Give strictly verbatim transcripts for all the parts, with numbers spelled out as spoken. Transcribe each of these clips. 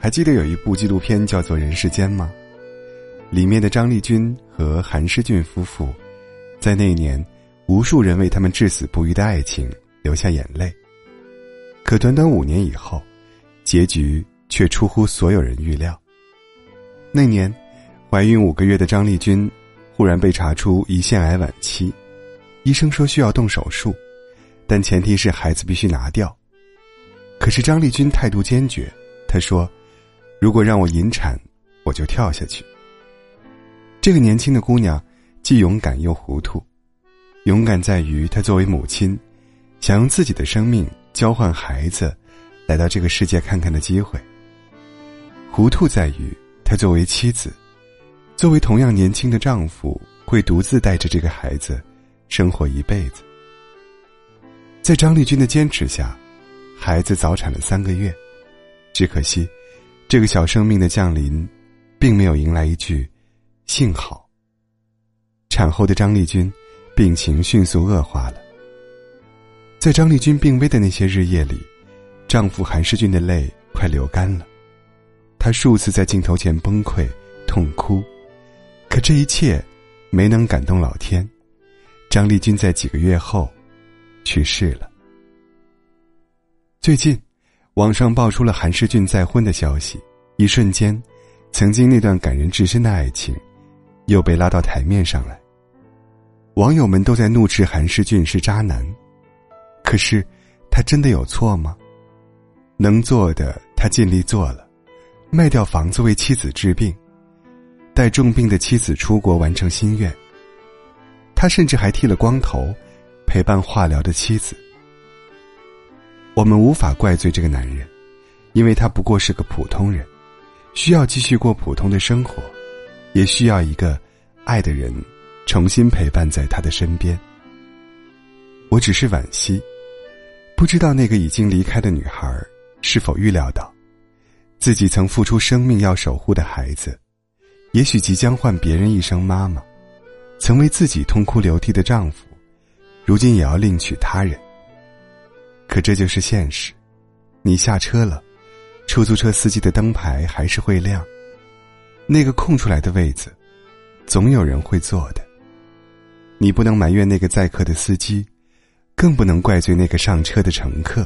还记得有一部纪录片叫做《人世间》吗？里面的张丽君和韩诗俊夫妇，在那一年，无数人为他们至死不渝的爱情流下眼泪。可短短五年以后，结局却出乎所有人预料。那年，怀孕五个月的张丽君忽然被查出胰腺癌晚期，医生说需要动手术，但前提是孩子必须拿掉。可是张丽君态度坚决，她说：“如果让我引产，我就跳下去。”这个年轻的姑娘既勇敢又糊涂。勇敢在于她作为母亲，想用自己的生命交换孩子来到这个世界看看的机会。糊涂在于她作为妻子，作为同样年轻的丈夫，会独自带着这个孩子生活一辈子。在张丽君的坚持下，孩子早产了三个月。只可惜，这个小生命的降临，并没有迎来一句幸好。产后的张丽君病情迅速恶化了。在张丽君病危的那些日夜里，丈夫韩世俊的泪快流干了。他数次在镜头前崩溃痛哭，可这一切没能感动老天。张丽君在几个月后去世了。最近网上爆出了韩世俊再婚的消息，一瞬间曾经那段感人至深的爱情又被拉到台面上来。网友们都在怒斥韩世俊是渣男，可是他真的有错吗？能做的他尽力做了，卖掉房子为妻子治病，带重病的妻子出国完成心愿。他甚至还剃了光头，陪伴化疗的妻子。我们无法怪罪这个男人，因为他不过是个普通人，需要继续过普通的生活，也需要一个爱的人重新陪伴在他的身边。我只是惋惜，不知道那个已经离开的女孩是否预料到，自己曾付出生命要守护的孩子，也许即将换别人一声妈妈。曾为自己痛哭流涕的丈夫，如今也要另娶他人。可这就是现实，你下车了，出租车司机的灯牌还是会亮，那个空出来的位子总有人会坐的。你不能埋怨那个载客的司机，更不能怪罪那个上车的乘客。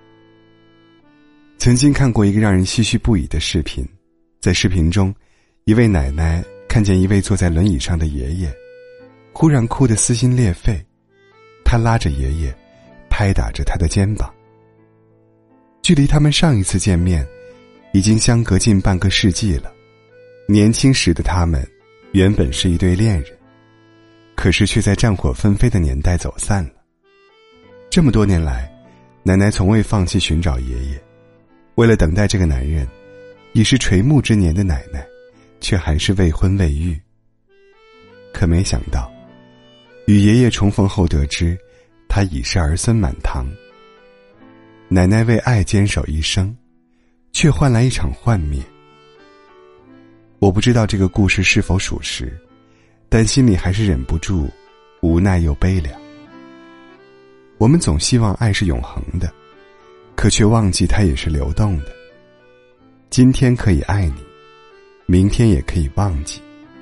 曾经看过一个让人唏嘘不已的视频，在视频中，一位奶奶看见一位坐在轮椅上的爷爷，忽然哭得撕心裂肺，她拉着爷爷，拍打着他的肩膀。距离他们上一次见面已经相隔近半个世纪了。年轻时的他们原本是一对恋人，可是却在战火纷飞的年代走散了。这么多年来，奶奶从未放弃寻找爷爷，为了等待这个男人，已是垂暮之年的奶奶却还是未婚未育。可没想到，与爷爷重逢后得知他已是儿孙满堂。奶奶为爱坚守一生，却换来一场幻灭。我不知道这个故事是否属实，但心里还是忍不住无奈又悲凉。我们总希望爱是永恒的，可却忘记它也是流动的。今天可以爱你，明天也可以忘记。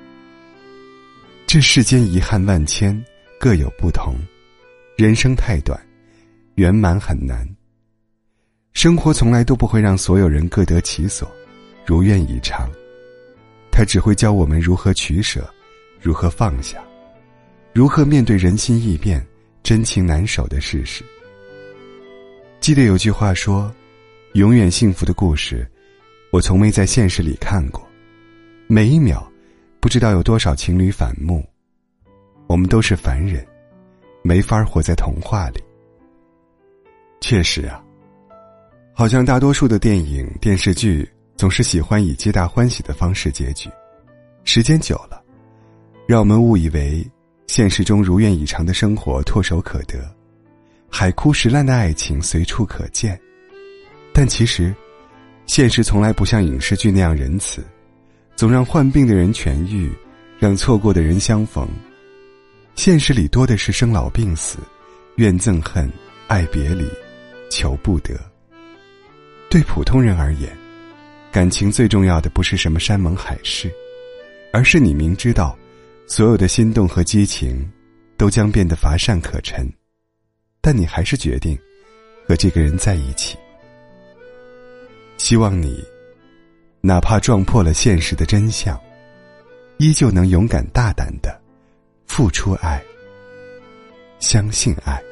这世间遗憾万千，各有不同。人生太短，圆满很难。生活从来都不会让所有人各得其所，如愿以偿。它只会教我们如何取舍，如何放下，如何面对人心易变、真情难守的事实。记得有句话说，永远幸福的故事，我从没在现实里看过。每一秒，不知道有多少情侣反目。我们都是凡人，没法活在童话里。确实啊，好像大多数的电影、电视剧总是喜欢以皆大欢喜的方式结局。时间久了，让我们误以为现实中如愿以偿的生活唾手可得，海枯石烂的爱情随处可见。但其实，现实从来不像影视剧那样仁慈，总让患病的人痊愈，让错过的人相逢。现实里多的是生老病死、怨憎恨、爱别离、求不得。对普通人而言， 感情最重要的不是什么山盟海誓，而是你明知道所有的心动和激情都将变得乏善可陈，但你还是决定和这个人在一起。希望你哪怕撞破了现实的真相，依旧能勇敢大胆地付出爱，相信爱。